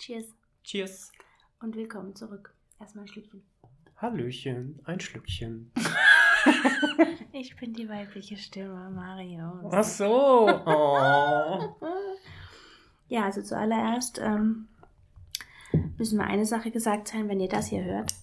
Cheers. Cheers. Und willkommen zurück. Erstmal ein Schlückchen. Hallöchen, ein Schlückchen. Ich bin die weibliche Stimme, Mario. Ach so. Oh. Ja, also zuallererst müssen wir eine Sache gesagt sein, wenn ihr das hier hört.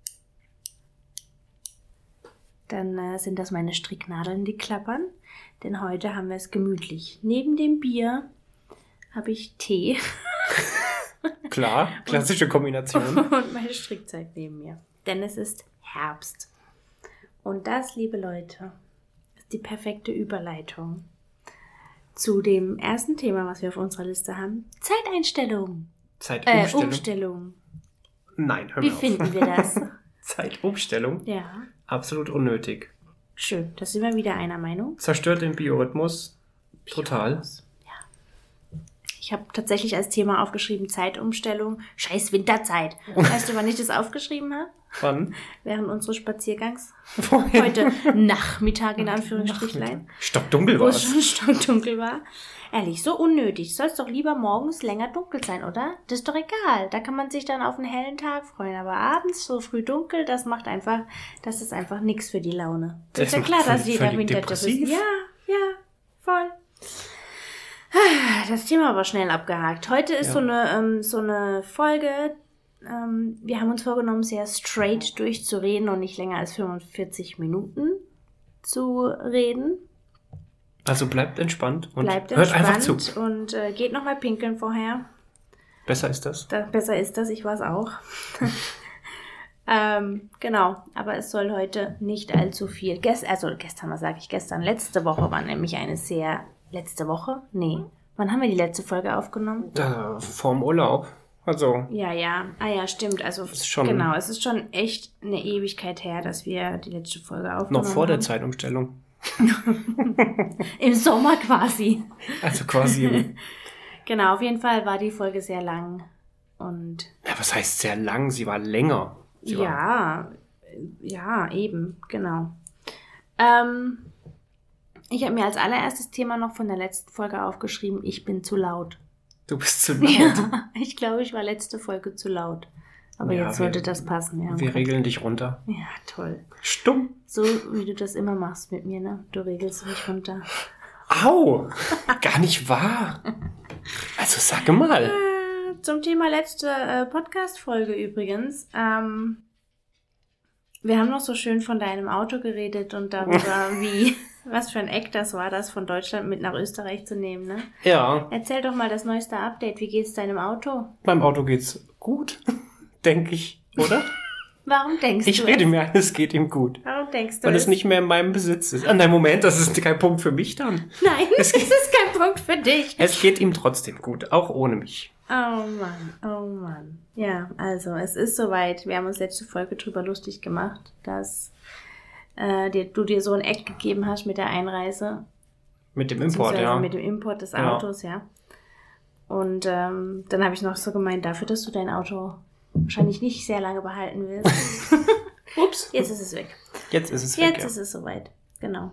Dann sind das meine Stricknadeln, die klappern. Denn heute haben wir es gemütlich. Neben dem Bier habe ich Tee. Klar, klassische Kombination. Und meine Strickzeug neben mir. Denn es ist Herbst. Und das, liebe Leute, ist die perfekte Überleitung zu dem ersten Thema, was wir auf unserer Liste haben. Zeitumstellung. Umstellung. Nein, hör Wie mal auf. finden wir das? Zeitumstellung? Ja. Absolut unnötig. Schön, da sind wir wieder einer Meinung. Zerstört den Biorhythmus. Total. Ich habe tatsächlich als Thema aufgeschrieben, Zeitumstellung, scheiß Winterzeit. Weißt du, wann ich das aufgeschrieben habe? Wann? Während unseres Spaziergangs. Vorhin. Heute Nachmittag in Anführungsstrichlein. Stockdunkel Wo war es es. schon stockdunkel war. Ehrlich, so unnötig. Soll es doch lieber morgens länger dunkel sein, oder? Das ist doch egal. Da kann man sich dann auf einen hellen Tag freuen. Aber abends so früh dunkel, das ist einfach nichts für die Laune. Das ist ja macht klar, dass völlig jeder Winter ist. depressiv. Ja, voll. Das Thema aber schnell abgehakt. Heute ist so eine Folge. Wir haben uns vorgenommen, sehr straight durchzureden und nicht länger als 45 Minuten zu reden. Also bleibt entspannt und Bleibt hört entspannt einfach zu. und geht nochmal pinkeln vorher. Besser ist das. Besser ist das, ich war es auch. Genau, aber es soll heute nicht allzu viel. Letzte Woche war nämlich eine sehr... Letzte Woche? Nee. Wann haben wir die letzte Folge aufgenommen? Vorm Urlaub. Also. Ja. Ah ja, stimmt. Also ist schon, genau, es ist schon echt eine Ewigkeit her, dass wir die letzte Folge aufgenommen haben. Noch vor der Zeitumstellung. Im Sommer quasi. Also quasi. Genau, auf jeden Fall war die Folge sehr lang. Und Ja, was heißt sehr lang? Sie war länger. ja, eben, genau. Ich habe mir als allererstes Thema noch von der letzten Folge aufgeschrieben, ich bin zu laut. Du bist zu laut. Ja, ich glaube, ich war letzte Folge zu laut. Aber Ja, jetzt sollte das passen. Wir regeln dich runter. Ja, toll. Stumm. So wie du das immer machst mit mir, ne? Du regelst mich runter. Au! Gar nicht wahr. Also sag mal. Zum Thema letzte Podcast-Folge übrigens. Wir haben noch so schön von deinem Auto geredet und darüber, was für ein Eck das war, das von Deutschland mit nach Österreich zu nehmen, ne? Ja. Erzähl doch mal das neueste Update. Wie geht's deinem Auto? Beim Auto geht's gut, denke ich, oder? Warum denkst du Ich rede mir ein, es geht ihm gut. Warum denkst du Weil es nicht mehr in meinem Besitz ist. Nein, Moment, das ist kein Punkt für mich dann. Nein, es ist kein Punkt für dich. Es geht ihm trotzdem gut, auch ohne mich. Oh Mann. Ja, also es ist soweit. Wir haben uns letzte Folge drüber lustig gemacht, dass du dir so ein Eck gegeben hast mit der Einreise. Mit dem Import, ja. Mit dem Import des Autos, ja. Und dann habe ich noch so gemeint, dafür, dass du dein Auto wahrscheinlich nicht sehr lange behalten willst. Ups. Jetzt ist es weg. Jetzt ist es weg, Jetzt ist es soweit, genau.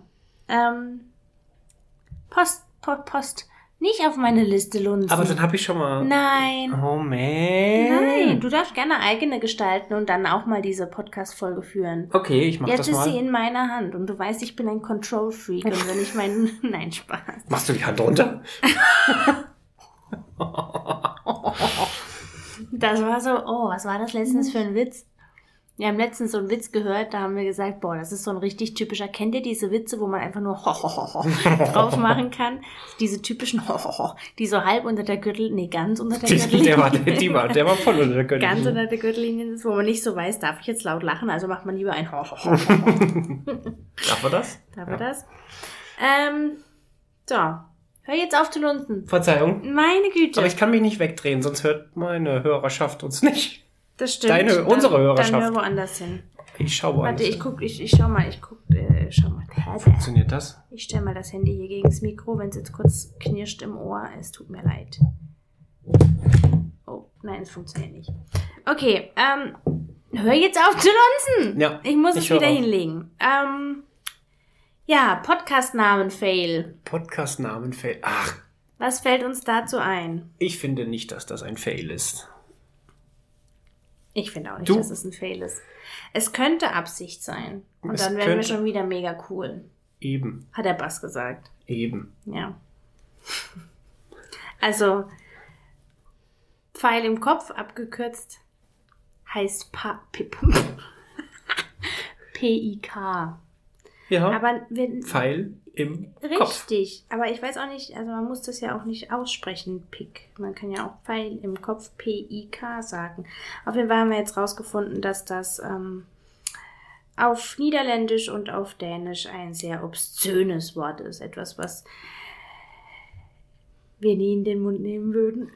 Post. Nicht auf meine Liste lunzen. Aber dann habe ich schon mal... Nein. Oh, man. Nein, du darfst gerne eigene gestalten und dann auch mal diese Podcast-Folge führen. Okay, ich mach Jetzt das mal. ist sie in meiner Hand und du weißt, ich bin ein Control-Freak und wenn ich meinen... Nein, Spaß. Machst du die Hand runter? Das war so, was war das letztens für ein Witz? Wir haben letztens so einen Witz gehört, da haben wir gesagt, das ist so ein richtig typischer, kennt ihr diese Witze, wo man einfach nur drauf machen kann? Diese typischen die so halb unter der ganz unter der Gürtellinie. Der war voll unter der Gürtellinie. Ganz unter der Gürtellinie ist, wo man nicht so weiß, darf ich jetzt laut lachen, also macht man lieber ein Darf er das? Darf er das? So, hör jetzt auf zu lunzen. Verzeihung. Meine Güte. Aber ich kann mich nicht wegdrehen, sonst hört meine Hörerschaft uns nicht. Das stimmt. Unsere Hörerschaft. Dann hör woanders hin. Ich schau woanders hin. Warte, ich schau mal. Funktioniert das? Ich stelle mal das Handy hier gegen das Mikro, wenn es jetzt kurz knirscht im Ohr. Es tut mir leid. Oh, nein, es funktioniert nicht. Okay, hör jetzt auf zu lunzen. Ja. Ich muss es wieder auf. hinlegen. Ja, Podcast-Namen-Fail. Podcast-Namen-Fail. Ach, Was fällt uns dazu ein? ich finde nicht, dass das ein Fail ist. Ich finde auch nicht, Du? dass es ein Fail ist. Es könnte Absicht sein. Und Es dann wären wir könnte- schon wieder mega cool. Eben. Hat der Bass gesagt. Eben. Ja. Also, Pfeil im Kopf, abgekürzt, heißt P-I-K. Ja. Aber wir, Pfeil im Kopf. richtig, aber ich weiß auch nicht, also man muss das ja auch nicht aussprechen, Pick. Man kann ja auch Pfeil im Kopf, P-I-K sagen. Auf jeden Fall haben wir jetzt rausgefunden, dass das auf Niederländisch und auf Dänisch ein sehr obszönes Wort ist. Etwas, was wir nie in den Mund nehmen würden.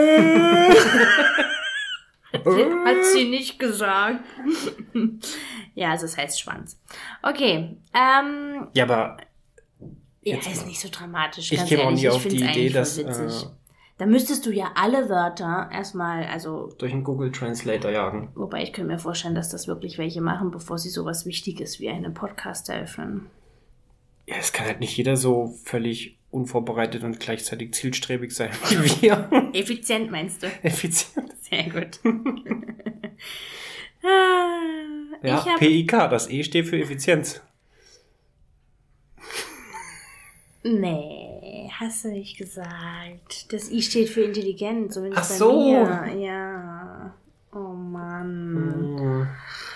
Hat sie nicht gesagt. Ja, also es heißt Schwanz. Okay. Ja, aber Ja, Jetzt ist mal. nicht so dramatisch. Ich ganz käme auch ehrlich. nie auf find's die Idee, eigentlich dass voll witzig. Da müsstest du ja alle Wörter erstmal, also, durch einen Google Translator jagen. wobei ich könnte mir vorstellen, dass das wirklich welche machen, bevor sie sowas Wichtiges wie einen Podcast eröffnen. Ja, es kann halt nicht jeder so völlig unvorbereitet und gleichzeitig zielstrebig sein wie wir. Effizient meinst du? Effizient. Sehr gut. Ja, Ich hab, PIK, das E steht für Effizienz. nee, hast du nicht gesagt. Das I steht für intelligent, zumindest Ach bei so. mir. Ja. Oh Mann.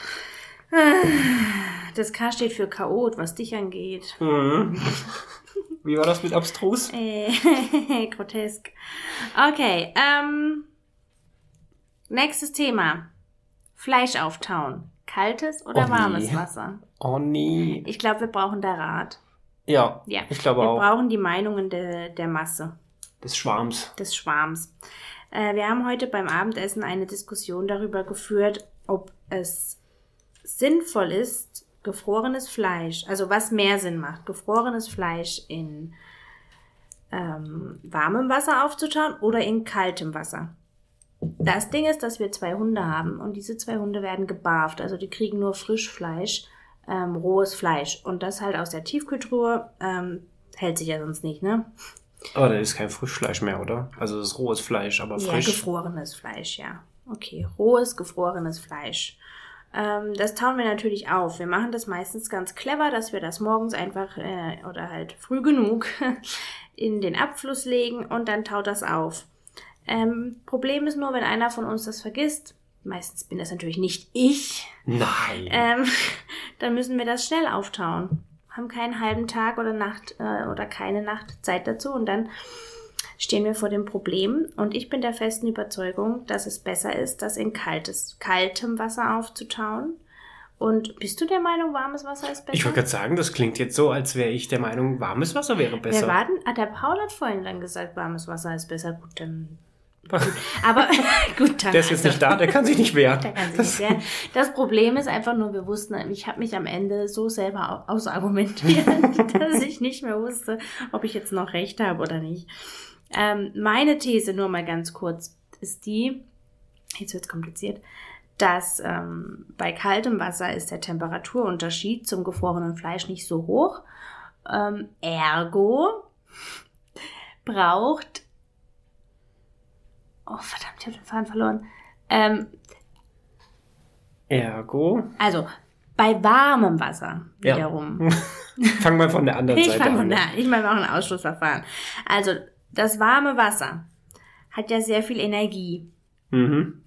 Das K steht für Chaot, was dich angeht. Wie war das mit abstrus? Grotesk. Okay, nächstes Thema. Fleisch auftauen. Kaltes oder Oh nee. warmes Wasser? Oh nee. Ich glaube, wir brauchen da Rat. Ja, Ja, ich glaube wir auch. brauchen die Meinungen der Masse, Des Schwarms. des Schwarms. Wir haben heute beim Abendessen eine Diskussion darüber geführt, ob es sinnvoll ist, gefrorenes Fleisch, also was mehr Sinn macht, gefrorenes Fleisch in warmem Wasser aufzutauen oder in kaltem Wasser. Das Ding ist, dass wir 2 Hunde haben und diese 2 Hunde werden gebarft, also die kriegen nur Frischfleisch, rohes Fleisch und das halt aus der Tiefkühltruhe, hält sich ja sonst nicht, ne? Aber da ist kein Frischfleisch mehr, oder? Also das ist rohes Fleisch, aber Ja, frisch. gefrorenes Fleisch, ja. Okay, rohes, gefrorenes Fleisch. Das tauen wir natürlich auf. Wir machen das meistens ganz clever, dass wir das morgens einfach oder halt früh genug in den Abfluss legen und dann taut das auf. Problem ist nur, wenn einer von uns das vergisst, meistens bin das natürlich nicht ich, Nein. dann müssen wir das schnell auftauen. Haben keinen halben Tag oder Nacht oder keine Nacht Zeit dazu und dann stehen wir vor dem Problem. Und ich bin der festen Überzeugung, dass es besser ist, das in kaltem Wasser aufzutauen. Und bist du der Meinung, warmes Wasser ist besser? Ich wollte gerade sagen, das klingt jetzt so, als wäre ich der Meinung, warmes Wasser wäre besser. Wer war denn? Der Paul hat vorhin dann gesagt, warmes Wasser ist besser. Gut, dann... Aber gut, dann... Der ist jetzt nicht da, der kann sich nicht wehren. Der kann sich nicht wehren. Das Problem ist einfach nur, wir wussten, ich habe mich am Ende so selber ausargumentiert, dass ich nicht mehr wusste, ob ich jetzt noch recht habe oder nicht. Meine These, nur mal ganz kurz, ist die, jetzt wird's kompliziert, dass bei kaltem Wasser ist der Temperaturunterschied zum gefrorenen Fleisch nicht so hoch. Ergo braucht... Oh, verdammt, ich habe den Faden verloren. Ergo. Also, bei warmem Wasser Ja. wiederum. Fang mal von der anderen Seite an. Ich mache auch ein Ausschlussverfahren. Also, das warme Wasser hat ja sehr viel Energie, Mhm.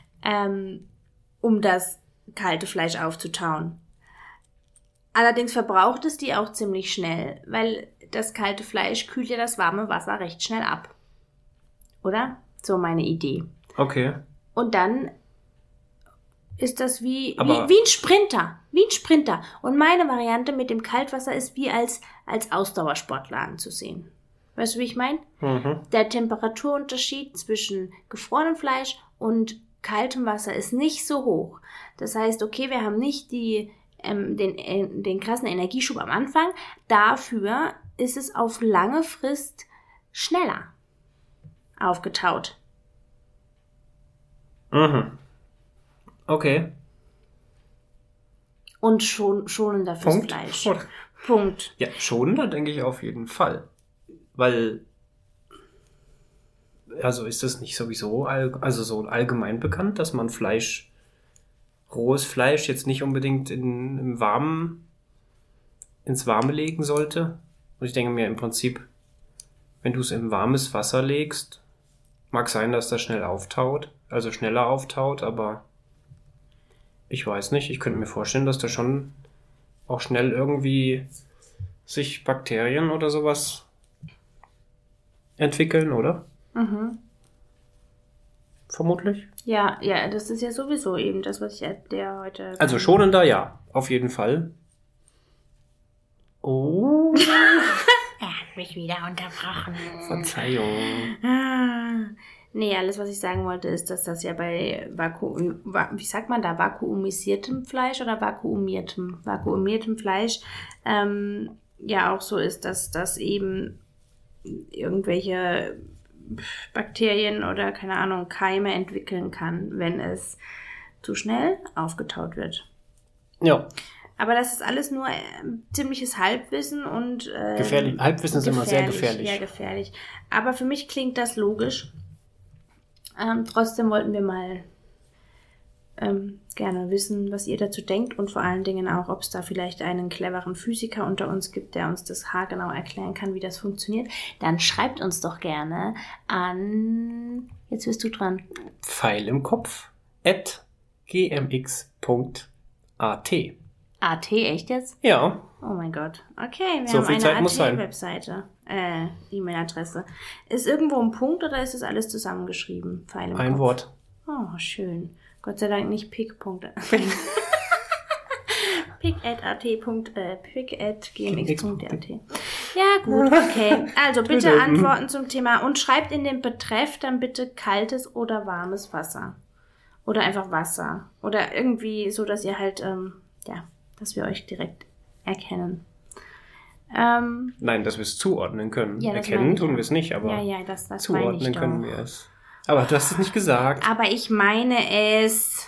um das kalte Fleisch aufzutauen. Allerdings verbraucht es die auch ziemlich schnell, weil das kalte Fleisch kühlt ja das warme Wasser recht schnell ab. Oder? So meine Idee. Okay. Und dann ist das wie Aber- ein Sprinter. Wie ein Sprinter. Und meine Variante mit dem Kaltwasser ist wie als Ausdauersportler anzusehen. Weißt du, wie ich meine? Mhm. Der Temperaturunterschied zwischen gefrorenem Fleisch und kaltem Wasser ist nicht so hoch. Das heißt, okay, wir haben nicht den krassen Energieschub am Anfang. Dafür ist es auf lange Frist schneller aufgetaut. Mhm. Okay. Und schonender fürs Fleisch. Punkt. Ja, schonender denke ich auf jeden Fall. Weil, also ist das nicht sowieso so allgemein bekannt, dass man Fleisch rohes Fleisch jetzt nicht unbedingt ins Warme legen sollte. Und ich denke mir im Prinzip, wenn du es in warmes Wasser legst, mag sein, dass das schneller auftaut, aber ich weiß nicht. Ich könnte mir vorstellen, dass da schon auch schnell irgendwie sich Bakterien oder sowas entwickeln, oder? Mhm. Vermutlich. Ja, das ist ja sowieso eben das, was ich dir heute... Also schonender, ja, auf jeden Fall. Oh. Er hat mich wieder unterbrochen. Verzeihung. Nee, alles, was ich sagen wollte, ist, dass das ja bei vakuumisiertem Fleisch oder vakuumiertem Fleisch ja auch so ist, dass das eben irgendwelche Bakterien oder, keine Ahnung, Keime entwickeln kann, wenn es zu schnell aufgetaut wird. Ja. Aber das ist alles nur ziemliches Halbwissen und... gefährlich. Halbwissen ist immer sehr gefährlich. Ja, gefährlich. Aber für mich klingt das logisch. Trotzdem wollten wir mal gerne wissen, was ihr dazu denkt und vor allen Dingen auch, ob es da vielleicht einen cleveren Physiker unter uns gibt, der uns das haargenau erklären kann, wie das funktioniert. Dann schreibt uns doch gerne an... Jetzt bist du dran. Pfeil im Kopf @gmx.at. AT, echt jetzt? Ja. Oh mein Gott. Okay, wir So haben viel eine Zeit muss sein. AT-Webseite. E-Mail-Adresse. Ist irgendwo ein Punkt oder ist das alles zusammengeschrieben? Pfeil im Ein Kopf. Wort. Oh, schön. Gott sei Dank nicht Pick-Punkte. pick@gmx.at. Ja, gut, okay. Also bitte Antworten zum Thema und schreibt in den Betreff dann bitte kaltes oder warmes Wasser. Oder einfach Wasser. Oder irgendwie so, dass ihr halt, dass wir euch direkt erkennen. Nein, dass wir es zuordnen können. Ja, das Erkennen meine ich tun ja. wir es nicht, aber das meine ich zuordnen doch. können wir es. Aber du hast es nicht gesagt. Aber ich meine es.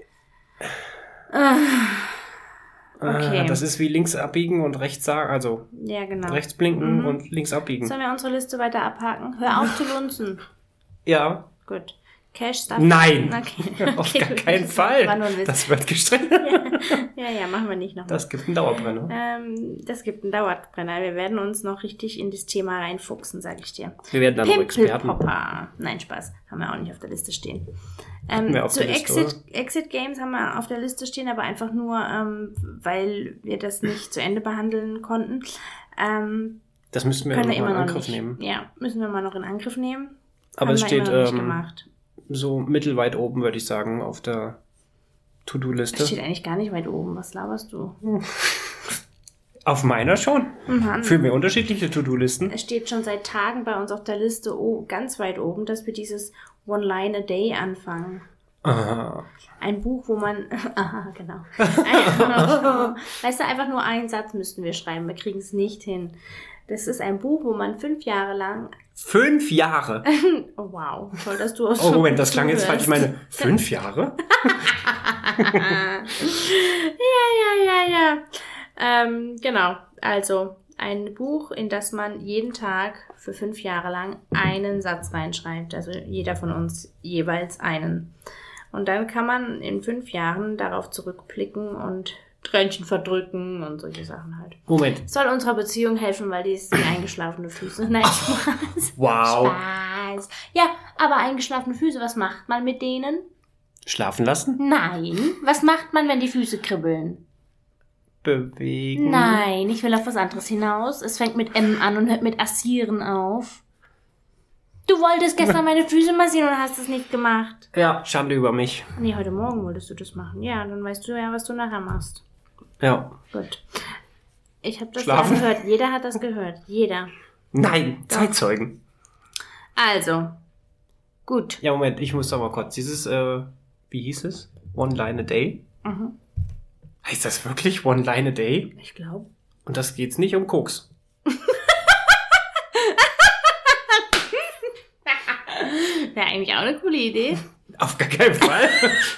Okay. Das ist wie links abbiegen und rechts sagen, also Ja, genau. rechts blinken und links abbiegen. Sollen wir unsere Liste weiter abhaken? Hör auf zu lunzen. Ja. Gut. Cash Stuff. Nein. Okay. Auf Okay, gar gut. keinen Fall. War nur ein Witz. Das wird gestritten. Ja, machen wir nicht nochmal. Das gibt einen Dauerbrenner. Das gibt einen Dauerbrenner. Wir werden uns noch richtig in das Thema reinfuchsen, sag ich dir. Wir werden dann noch Experten. Pimpelpopper. Nein, Spaß. Haben wir auch nicht auf der Liste stehen. Wir auf Zu der Liste, Exit Games haben wir auf der Liste stehen, aber einfach nur, weil wir das nicht zu Ende behandeln konnten. Das müssten wir Können wir immer immer in noch Angriff nicht. nehmen. Ja, müssen wir mal noch in Angriff nehmen. Aber Haben es wir steht immer noch nicht gemacht. so mittelweit oben, würde ich sagen, auf der To-Do-Liste. Das steht eigentlich gar nicht weit oben. Was laberst du? Auf meiner schon. Mhm. Für mir unterschiedliche To-Do-Listen. Es steht schon seit Tagen bei uns auf der Liste ganz weit oben, dass wir dieses One Line a Day anfangen. Aha. Ein Buch, wo man... Aha, genau. Weißt du, einfach nur einen Satz müssten wir schreiben. Wir kriegen es nicht hin. Das ist ein Buch, wo man 5 Jahre lang... 5 Jahre? Oh, wow. Toll, dass du auch Oh, Moment, das klang jetzt falsch. Ich meine, 5 Jahre? Ja. Genau. Also, ein Buch, in das man jeden Tag für 5 Jahre lang einen Satz reinschreibt. Also, jeder von uns jeweils einen. Und dann kann man in 5 Jahren darauf zurückblicken und Tränchen verdrücken und solche Sachen halt. Moment. Soll unserer Beziehung helfen, weil die ist wie eingeschlafene Füße. Nein, Spaß. Wow. Spaß. Ja, aber eingeschlafene Füße, was macht man mit denen? Schlafen lassen? Nein. Was macht man, wenn die Füße kribbeln? Bewegen? Nein, ich will auf was anderes hinaus. Es fängt mit M an und hört mit Assieren auf. Du wolltest gestern meine Füße massieren und hast es nicht gemacht. Ja, Schande über mich. Nee, heute Morgen wolltest du das machen. Ja, dann weißt du ja, was du nachher machst. Ja. Gut. Ich habe das Schlafen? gehört. Jeder hat das gehört. Jeder. Nein, Zeitzeugen. Also, gut. Ja, Moment, ich muss doch mal kurz. Dieses, wie hieß es? One Line a Day? Mhm. Heißt das wirklich One Line a Day? Ich glaube. Und das geht's nicht um Koks. Wäre eigentlich auch eine coole Idee. Auf gar keinen Fall.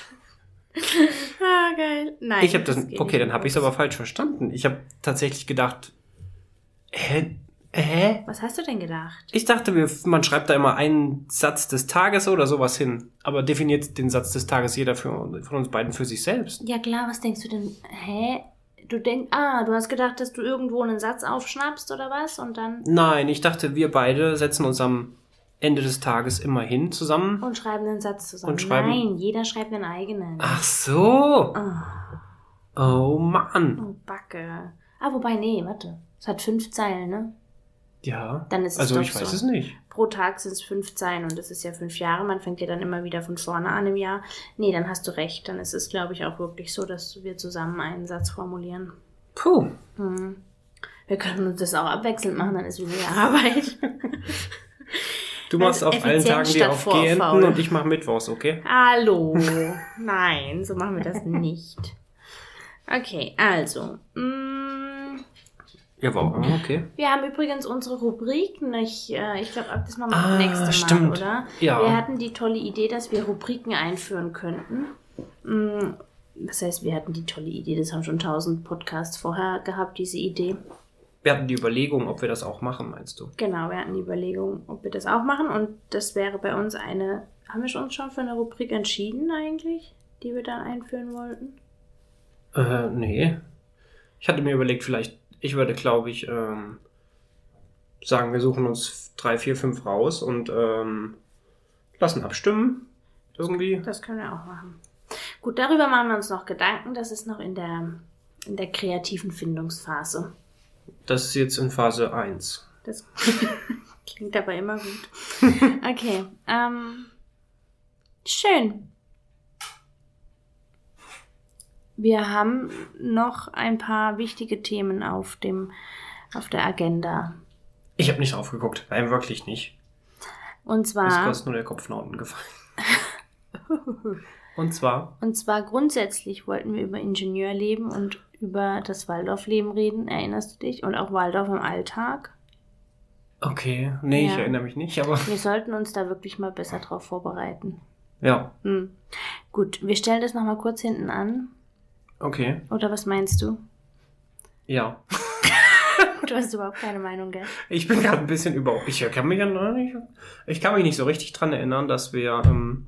Ah, geil. Nein. Ich habe das. Okay, dann habe ich es aber falsch verstanden. Ich habe tatsächlich gedacht, Hä? Was hast du denn gedacht? Ich dachte, man schreibt da immer einen Satz des Tages oder sowas hin. Aber definiert den Satz des Tages jeder von uns beiden für sich selbst. Ja klar, was denkst du denn? Hä? Du hast gedacht, dass du irgendwo einen Satz aufschnappst oder was? Und dann... Nein, ich dachte, wir beide setzen uns am Ende des Tages immer hin zusammen. Und schreiben einen Satz zusammen. Und schreiben... Nein, jeder schreibt einen eigenen. Ach so. Oh Mann. Oh, Backe. Wobei, nee, warte. Es hat 5 Zeilen, ne? Ja. Dann ist es also doch ich weiß so. es nicht. Pro Tag sind es 5 Zeilen und das ist ja 5 Jahre. Man fängt ja dann immer wieder von vorne an im Jahr. Nee, dann hast du recht. Dann ist es, glaube ich, auch wirklich so, dass wir zusammen einen Satz formulieren. Puh. Wir können uns das auch abwechselnd machen, dann ist wieder Arbeit. Du machst auf allen Tagen die aufgehenden und ich mache Mittwochs, okay? Hallo. Nein, so machen wir das nicht. Okay, also. Ja, warum? Okay. Wir haben übrigens unsere Rubrik nicht. Ich glaube, das machen wir das nächste Mal, stimmt. oder? Ja. Wir hatten die tolle Idee, dass wir Rubriken einführen könnten. Das heißt, wir hatten die tolle Idee, das haben schon 1000 Podcasts vorher gehabt, diese Idee. Wir hatten die Überlegung, ob wir das auch machen, meinst du? Genau, wir hatten die Überlegung, ob wir das auch machen. Und das wäre bei uns eine... Haben wir uns schon für eine Rubrik entschieden eigentlich, die wir dann einführen wollten? Nee. Ich hatte mir überlegt, vielleicht... Ich würde, glaube ich, sagen, wir suchen uns 3, 4, 5 raus und lassen abstimmen. Irgendwie. Das können wir auch machen. Gut, darüber machen wir uns noch Gedanken. Das ist noch in der kreativen Findungsphase. Das ist jetzt in Phase 1. Das klingt aber immer gut. Okay. Schön. Wir haben noch ein paar wichtige Themen auf der Agenda. Ich habe nicht drauf geguckt. Nein, wirklich nicht. Und Ist zwar... kurz nur der Kopf nach unten gefallen. Und zwar grundsätzlich wollten wir über Ingenieurleben und über das Waldorfleben reden. Erinnerst du dich? Und auch Waldorf im Alltag. Okay. Nee, Ja. ich erinnere mich nicht, aber... Wir sollten uns da wirklich mal besser drauf vorbereiten. Ja. Gut, wir stellen das nochmal kurz hinten an. Okay. Oder was meinst du? Ja. Du hast überhaupt keine Meinung, gell? Ich bin gerade ein bisschen ich kann mich nicht so richtig dran erinnern, dass wir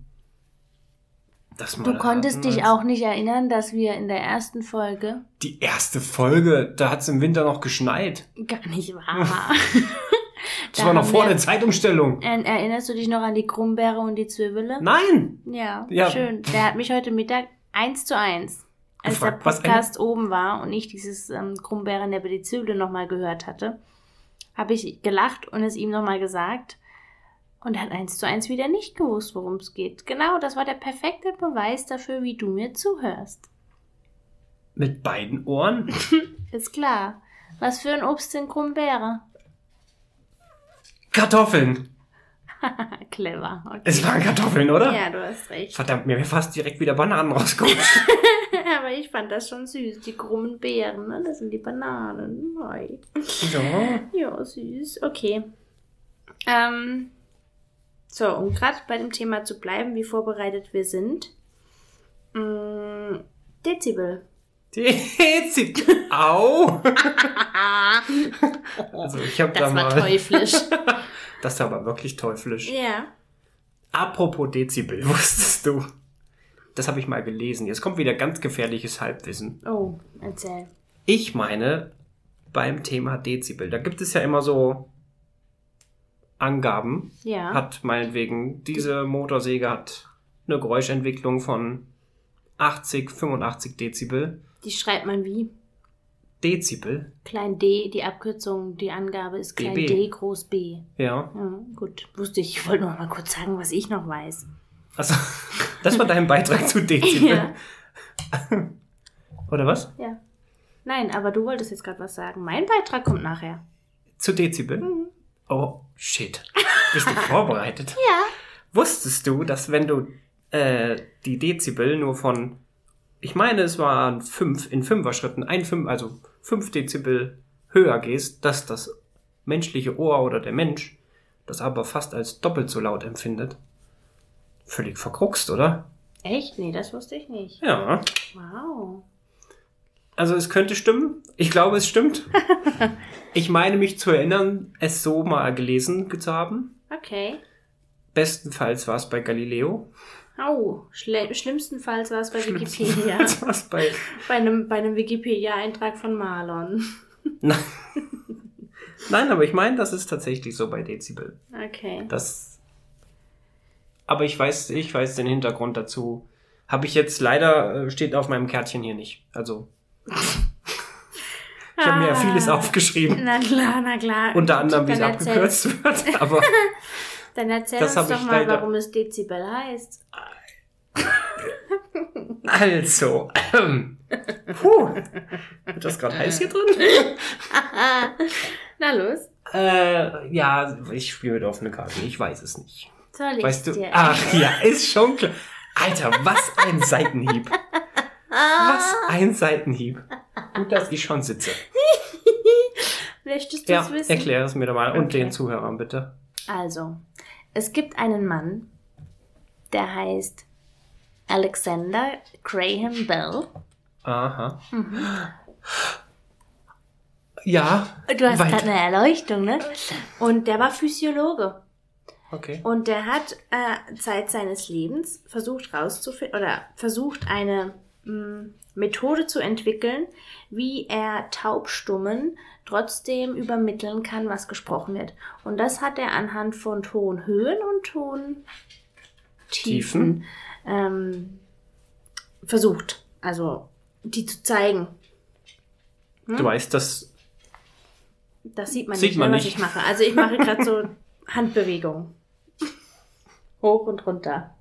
das mal Du konntest hatten, dich auch nicht erinnern, dass wir in der ersten Folge... Die erste Folge, da hat es im Winter noch geschneit. Gar nicht wahr. Das war noch vor der Zeitumstellung. Erinnerst du dich noch an die Krummbeere und die Zwiebele? Nein! Ja, Ja. schön. Der hat mich heute Mittag 1:1, als Gefragt, der was Podcast oben war und ich dieses Krummbeeren der die Zwiebele nochmal gehört hatte, habe ich gelacht und es ihm nochmal gesagt. Und er hat 1:1 wieder nicht gewusst, worum es geht. Genau, das war der perfekte Beweis dafür, wie du mir zuhörst. Mit beiden Ohren? Ist klar. Was für ein Obst sind Krummbeere? Kartoffeln. Clever. Okay. Es waren Kartoffeln, oder? Ja, du hast recht. Verdammt, mir wäre fast direkt wieder Bananen rausgerutscht. Aber ich fand das schon süß. Die krummen Beeren, ne? Das sind die Bananen. Hi. Ja. Ja, süß. Okay. So, um gerade bei dem Thema zu bleiben, wie vorbereitet wir sind. Dezibel. Dezibel. Au! Also ich habe da Das war mal... teuflisch. Das war aber wirklich teuflisch. Ja. Apropos Dezibel, wusstest du? Das habe ich mal gelesen. Jetzt kommt wieder ganz gefährliches Halbwissen. Oh, erzähl. Ich meine, beim Thema Dezibel, da gibt es ja immer so Angaben. Ja. Hat meinetwegen, diese Motorsäge hat eine Geräuschentwicklung von 80, 85 Dezibel. Die schreibt man wie? Dezibel? Klein d, die Abkürzung, die Angabe ist klein dB. d, groß b. Ja. Ja, gut. Wusste ich. Ich wollte noch mal kurz sagen, was ich noch weiß. Also, das war dein Beitrag zu Dezibel. Ja. Oder was? Ja. Nein, aber du wolltest jetzt gerade was sagen. Mein Beitrag kommt nachher. Zu Dezibel? Oh, shit. Bist du vorbereitet? Ja. Wusstest du, dass wenn du die Dezibel nur von, ich meine, es waren 5 in 5er-Schritten, also 5 Dezibel höher gehst, dass das menschliche Ohr oder der Mensch das aber fast als doppelt so laut empfindet? Völlig verkruxt, oder? Echt? Nee, das wusste ich nicht. Ja. Wow. Also es könnte stimmen. Ich glaube, es stimmt. Ich meine mich zu erinnern, es so mal gelesen zu haben. Okay. Bestenfalls war es bei Galileo. Au, schlimmstenfalls war es bei Wikipedia. Was bei bei einem Wikipedia-Eintrag von Marlon. Nein, aber ich meine, das ist tatsächlich so bei Dezibel. Okay. Aber ich weiß den Hintergrund dazu. Habe ich jetzt leider, steht auf meinem Kärtchen hier nicht. Also, ich habe mir ja vieles aufgeschrieben. Na klar. Unter anderem, wie es abgekürzt wird. Aber dann erzähl das uns hab doch ich mal, leider- warum es Dezibel heißt. also, wird das gerade heiß hier drin? Na los. Ja, ich spiele mit offenen Karten. Ich weiß es nicht. Soll ich Weißt du? dir? Ach ja, ist schon klar. Alter, was ein Seitenhieb. Was ein Seitenhieb. Gut, dass ich schon sitze. Möchtest du es Ja, wissen? erkläre es mir doch mal und Okay. den Zuhörern bitte. Also, es gibt einen Mann, der heißt Alexander Graham Bell. Aha. Ja. Du hast weiter. gerade eine Erleuchtung, ne? Und der war Physiologe. Okay. Und der hat Zeit seines Lebens versucht eine Methode zu entwickeln, wie er Taubstummen trotzdem übermitteln kann, was gesprochen wird. Und das hat er anhand von Tonhöhen und Tontiefen versucht. Also die zu zeigen. Du weißt, dass Das sieht man Sieht nicht, man was nicht. ich mache. Also ich mache gerade so Handbewegungen. Hoch und runter.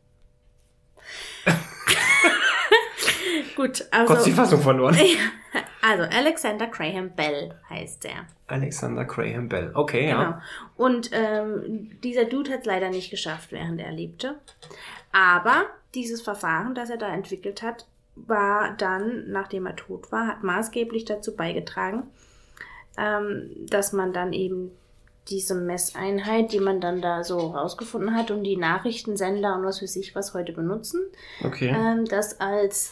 Gut, kurz die also, Fassung verloren. also Alexander Graham Bell heißt er. Alexander Graham Bell. Okay, Genau. ja. Und dieser Dude hat es leider nicht geschafft, während er lebte. Aber dieses Verfahren, das er da entwickelt hat, war dann, nachdem er tot war, hat maßgeblich dazu beigetragen, dass man dann eben diese Messeinheit, die man dann da so rausgefunden hat und die Nachrichtensender und was weiß ich was heute benutzen, Okay. das als,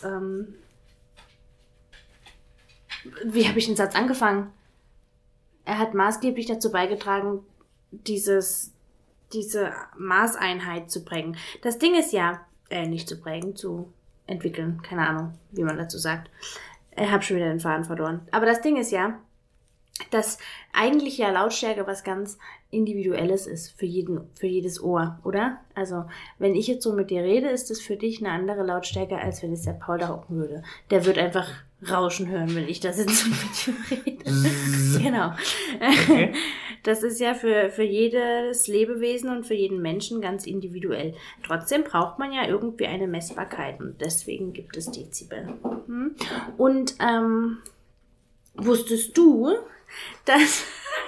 wie habe ich den Satz angefangen? Er hat maßgeblich dazu beigetragen, diese Maßeinheit zu prägen. Das Ding ist ja, nicht zu prägen, zu entwickeln. Keine Ahnung, wie man dazu sagt. Ich habe schon wieder den Faden verloren. Aber das Ding ist ja, dass eigentlich ja Lautstärke was ganz Individuelles ist für jedes Ohr, oder? Also, wenn ich jetzt so mit dir rede, ist das für dich eine andere Lautstärke, als wenn es der Paul da hocken würde. Der wird einfach Rauschen hören, wenn ich da sitze und mit dir rede. Genau. Okay. Das ist ja für jedes Lebewesen und für jeden Menschen ganz individuell. Trotzdem braucht man ja irgendwie eine Messbarkeit und deswegen gibt es Dezibel. Und wusstest du, dass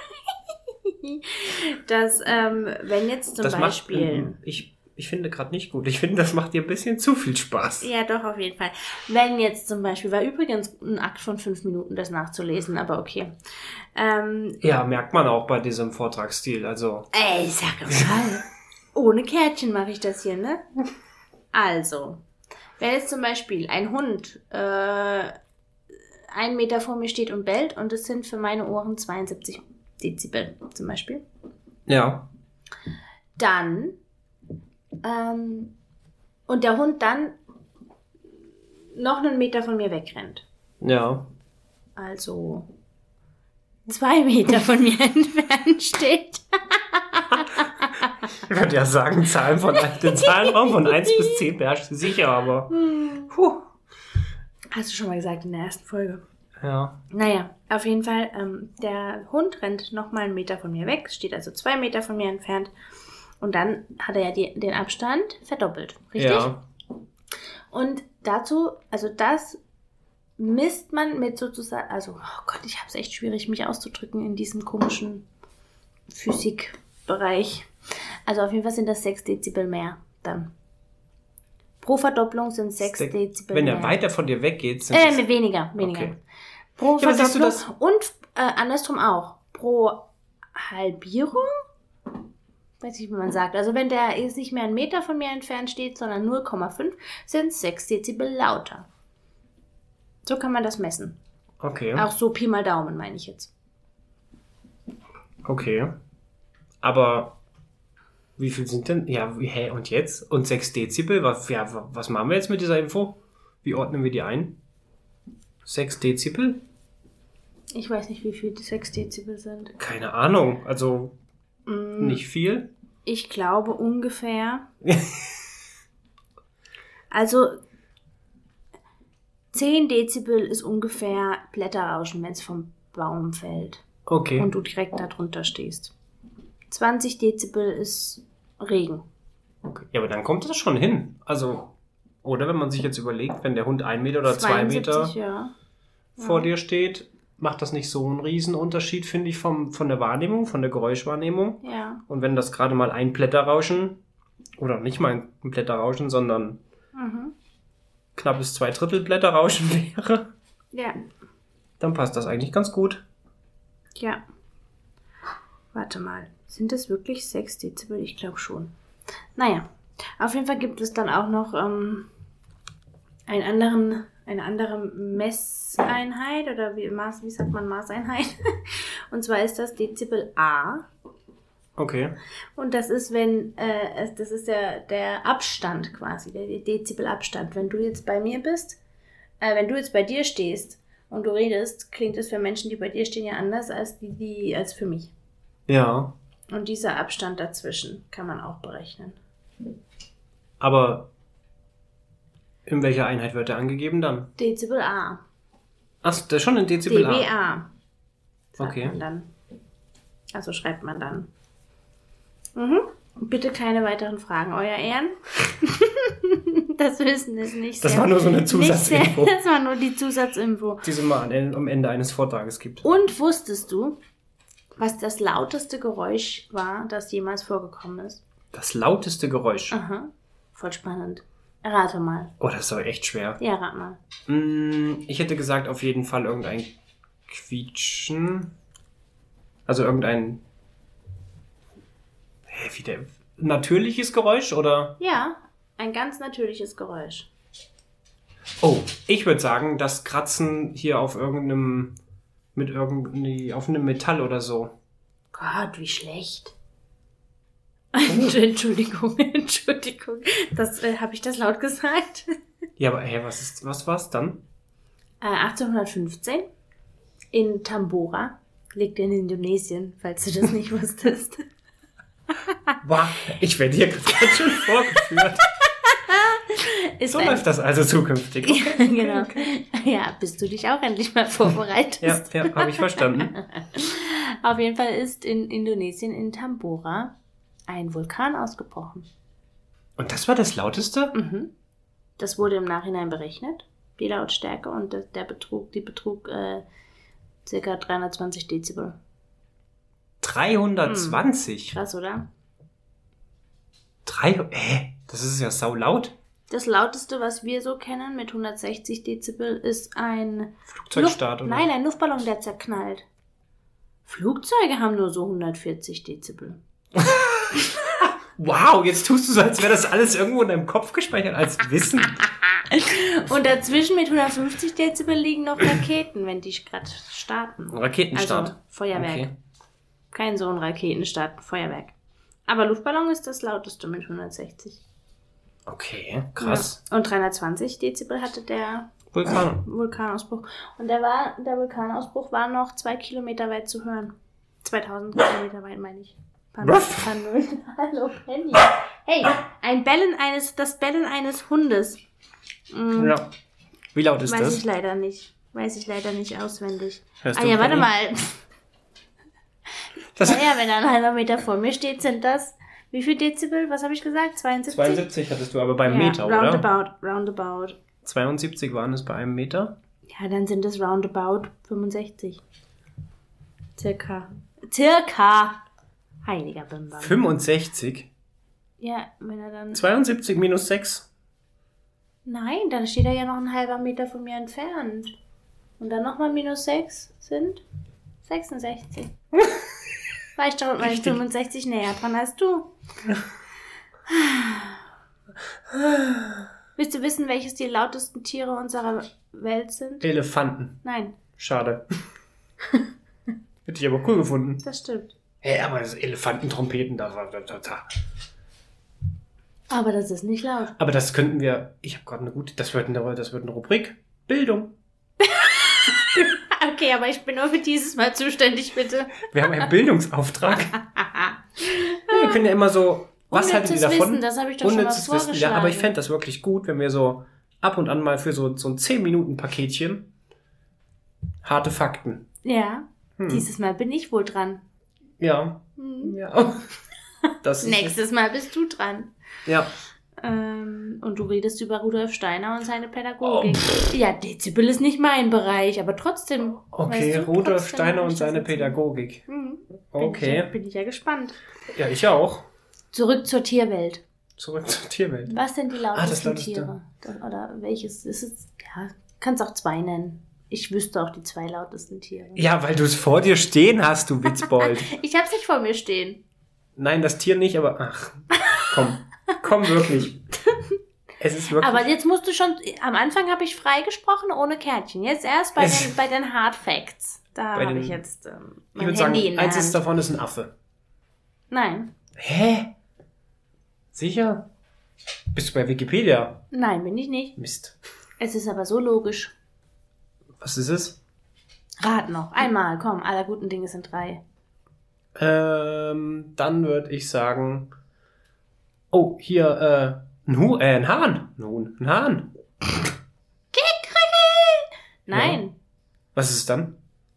wenn jetzt zum Das Beispiel... macht, ich finde gerade nicht gut. Ich finde, das macht dir ein bisschen zu viel Spaß. Ja, doch, auf jeden Fall. Wenn jetzt zum Beispiel, war übrigens ein Akt von 5 Minuten, das nachzulesen, aber okay. Ja, merkt man auch bei diesem Vortragsstil. Also, Ey, sag mal, ohne Kärtchen mache ich das hier, ne? Also, wenn jetzt zum Beispiel ein Hund 1 Meter vor mir steht und bellt und es sind für meine Ohren 72 Dezibel zum Beispiel, ja. dann und der Hund dann noch einen Meter von mir wegrennt. Ja. Also 2 Meter von mir entfernt steht. Ich würde ja sagen, den Zahlenraum von 1 bis 10 beherrscht du sicher, aber. Puh. Hast du schon mal gesagt in der ersten Folge. Ja. Naja, auf jeden Fall, der Hund rennt nochmal 1 Meter von mir weg, steht also 2 Meter von mir entfernt. Und dann hat er ja den Abstand verdoppelt, richtig? Ja. Und dazu, also das misst man mit sozusagen, also, oh Gott, ich habe es echt schwierig, mich auszudrücken in diesem komischen Physikbereich. Also auf jeden Fall sind das 6 Dezibel mehr dann. Pro Verdopplung sind 6 Dezibel Wenn mehr. er weiter von dir weggeht, sind Weniger. Okay. Pro Ja, aber siehst du Verdopplung und andersrum auch. Pro Halbierung? Weiß nicht, wie man sagt. Also wenn der jetzt nicht mehr 1 Meter von mir entfernt steht, sondern 0,5, sind es 6 Dezibel lauter. So kann man das messen. Okay. Auch so Pi mal Daumen, meine ich jetzt. Okay. Aber wie viel sind denn? Ja, und jetzt? Und 6 Dezibel? Was machen wir jetzt mit dieser Info? Wie ordnen wir die ein? 6 Dezibel? Ich weiß nicht, wie viel die 6 Dezibel sind. Keine Ahnung. Also nicht viel. Ich glaube ungefähr. Also 10 Dezibel ist ungefähr Blätterrauschen, wenn es vom Baum fällt. Okay. Und du direkt da drunter stehst. 20 Dezibel ist Regen. Okay. Ja, aber dann kommt das schon hin. Also, oder wenn man sich jetzt überlegt, wenn der Hund 1 Meter oder 2 Meter ja. vor dir steht, macht das nicht so einen riesen Unterschied, finde ich, von der Wahrnehmung, von der Geräuschwahrnehmung. Ja. Und wenn das gerade mal ein Blätterrauschen, oder nicht mal ein Blätterrauschen, sondern knappes 2/3 Blätterrauschen wäre, Ja. dann passt das eigentlich ganz gut. Ja. Warte mal. Sind das wirklich 6 Dezibel? Ich glaube schon. Naja. Auf jeden Fall gibt es dann auch noch eine andere Messeinheit oder wie sagt man Maßeinheit? Und zwar ist das Dezibel A. Okay. Und das ist, das ist der Abstand quasi, der Dezibelabstand. Wenn du jetzt bei mir bist, wenn du jetzt bei dir stehst und du redest, klingt es für Menschen, die bei dir stehen, ja anders als als für mich. Ja. Und dieser Abstand dazwischen kann man auch berechnen. Aber in welcher Einheit wird der angegeben dann? Dezibel A. Ach, das ist schon ein Dezibel A. dBA. Sagt Okay. man dann. Also schreibt man dann. Mhm. Bitte keine weiteren Fragen, Euer Ehren. Das Wissen ist nicht Das sehr... war nur so eine Zusatzinfo, Das war nur die Zusatzinfo. die es immer am Ende eines Vortrages gibt. Und wusstest du, was das lauteste Geräusch war, das jemals vorgekommen ist? Das lauteste Geräusch. Aha. Voll spannend. Rate mal. Oh, das ist aber echt schwer. Ja, rat mal. Ich hätte gesagt, auf jeden Fall irgendein Quietschen. Also irgendein... natürliches Geräusch, oder? Ja, ein ganz natürliches Geräusch. Oh, ich würde sagen, das Kratzen hier auf auf einem Metall oder so. Gott, wie schlecht. Entschuldigung. Habe ich das laut gesagt? Ja, aber was war's dann? 1815 in Tambora, liegt in Indonesien, falls du das nicht wusstest. Wow, ich werde hier ganz schön vorgeführt. So läuft das also zukünftig. Okay. Genau. Ja, bis du dich auch endlich mal vorbereitest. Ja, habe ich verstanden. Auf jeden Fall ist in Indonesien, in Tambora, ein Vulkan ausgebrochen. Und das war das Lauteste? Mhm. Das wurde im Nachhinein berechnet, die Lautstärke, und die betrug ca. 320 Dezibel. 320? Krass, oder? Das ist ja saulaut. Das lauteste, was wir so kennen, mit 160 Dezibel, ist ein Flugzeugstart, oder? Nein, ein Luftballon, der zerknallt. Flugzeuge haben nur so 140 Dezibel. Wow, jetzt tust du so, als wäre das alles irgendwo in deinem Kopf gespeichert als Wissen. Und dazwischen mit 150 Dezibel liegen noch Raketen, wenn die gerade starten. Raketenstart. Also Feuerwerk. Okay. Kein so ein Raketenstart, Feuerwerk. Aber Luftballon ist das lauteste mit 160. Okay, krass. Ja. Und 320 Dezibel hatte der Vulkanausbruch. Und der Vulkanausbruch war noch 2 Kilometer weit zu hören. 2000 Kilometer weit, meine ich. Hallo, Penny. Hey, das Bellen eines Hundes. Ja. Wie laut ist das? Weiß ich leider nicht auswendig. Hörst Ah du, ja, warte Penny? mal. Naja, wenn er ein halber Meter vor mir steht, sind das, wie viel Dezibel? Was habe ich gesagt? 72? 72 hattest du aber beim Meter, roundabout. 72 waren es bei einem Meter? Ja, dann sind es roundabout 65. Circa. Heiliger Bimbam. 65? Ja, wenn er dann... 72 minus 6? Nein, dann steht er ja noch einen halber Meter von mir entfernt. Und dann nochmal minus 6 sind 66. War ich doch mit meinen 65 näher dran als du. Willst du wissen, welches die lautesten Tiere unserer Welt sind? Elefanten. Nein, Schade. Hätte ich aber cool gefunden. das stimmt. Hey, aber das Elefantentrompeten, da. Aber das ist nicht laut. Aber das könnten wir, ich habe gerade eine gute, das wird eine Rubrik. Bildung. Okay, aber ich bin nur für dieses Mal zuständig, bitte. Wir haben einen Bildungsauftrag. Wir können ja immer so, was halten Sie davon? Wissen, das habe ich doch schon mal Unnützes Wissen. vorgeschlagen. Ja, aber ich fände das wirklich gut, wenn wir so ab und an mal für so ein 10-Minuten-Paketchen harte Fakten. Ja, dieses Mal bin ich wohl dran. Ja. Ja. Das ist Nächstes Mal bist du dran. Ja. Und du redest über Rudolf Steiner und seine Pädagogik. Ja, Dezibel ist nicht mein Bereich, aber trotzdem. Okay, weißt du, Rudolf trotzdem Steiner hab und ich seine das jetzt- Pädagogik. Okay. Bin ich ja gespannt. Ja, ich auch. Zurück zur Tierwelt. Zurück zur Tierwelt. Was sind die das lautesten lauteste. Tiere? Oder welches ist es? Ja, kannst auch 2 nennen. Ich wüsste auch die 2 lautesten Tiere. Ja, weil du es vor dir stehen hast, du Witzbold. Ich hab's nicht vor mir stehen. Nein, das Tier nicht, aber ach, komm. Komm wirklich. Es ist wirklich... Aber jetzt musst du schon, am Anfang habe ich frei gesprochen, ohne Kärtchen. Jetzt erst bei den Hard Facts. Da Bei habe den- ich jetzt ich mein würde sagen, Handy in der eins Hand. ist davon ist ein Affe. Nein, Hä? Sicher? Bist du bei Wikipedia? nein, bin ich nicht. Mist. Es ist aber so logisch. Was ist es? Rat noch. Einmal, komm, aller guten Dinge sind 3. Dann würde ich sagen... Oh, hier, ein Hahn. Ein Hahn. Nein, Was ist es dann?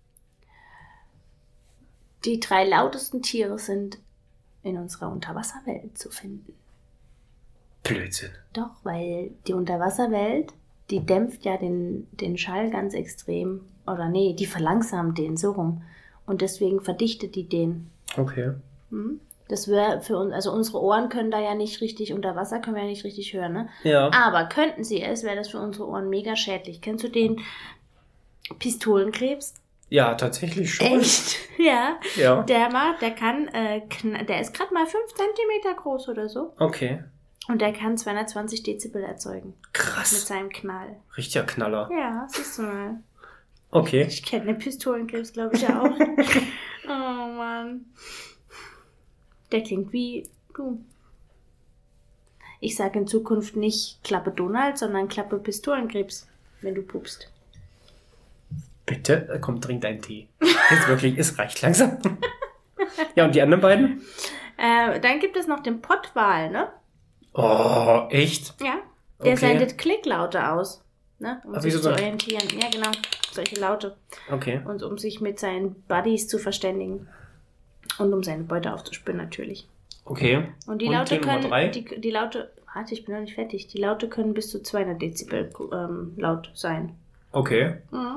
die 3 lautesten Tiere sind in unserer Unterwasserwelt zu finden. Blödsinn. Doch, weil die Unterwasserwelt, die dämpft ja den Schall ganz extrem. Oder nee, die verlangsamt den so rum. Und deswegen verdichtet die den. Okay. Das wäre für uns, also unsere Ohren können da ja nicht richtig, unter Wasser können wir ja nicht richtig hören, ne? Ja. Aber könnten sie es, wäre das für unsere Ohren mega schädlich. Kennst du den Pistolenkrebs? Ja, tatsächlich schon. Echt? Ja. Ja. Der kann, der ist gerade mal 5 Zentimeter groß oder so. Okay. Und der kann 220 Dezibel erzeugen. Mit Krass. seinem Knall. Richtiger Knaller. Ja, siehst du mal. Okay. Ich kenne den Pistolenkrebs, glaube ich, auch. Oh Mann. Der klingt wie du. Ich sage in Zukunft nicht Klappe Donald, sondern Klappe Pistolenkrebs, wenn du pupst. Bitte, komm, trink deinen Tee. Jetzt wirklich, es reicht langsam. Ja, und die anderen beiden? Dann gibt es noch den Pottwal, ne? Oh, echt? Ja. Der Okay. sendet Klicklaute aus, ne? Um Ach, sich wieso zu so? orientieren. Ja, genau. Solche Laute. Okay. Und um sich mit seinen Buddies zu verständigen. Und um seine Beute aufzuspüren, natürlich. Okay. Und die Und Laute Tier Nummer können, 3? die Laute, warte, ich bin noch nicht fertig. Die Laute können bis zu 200 Dezibel laut sein. Okay.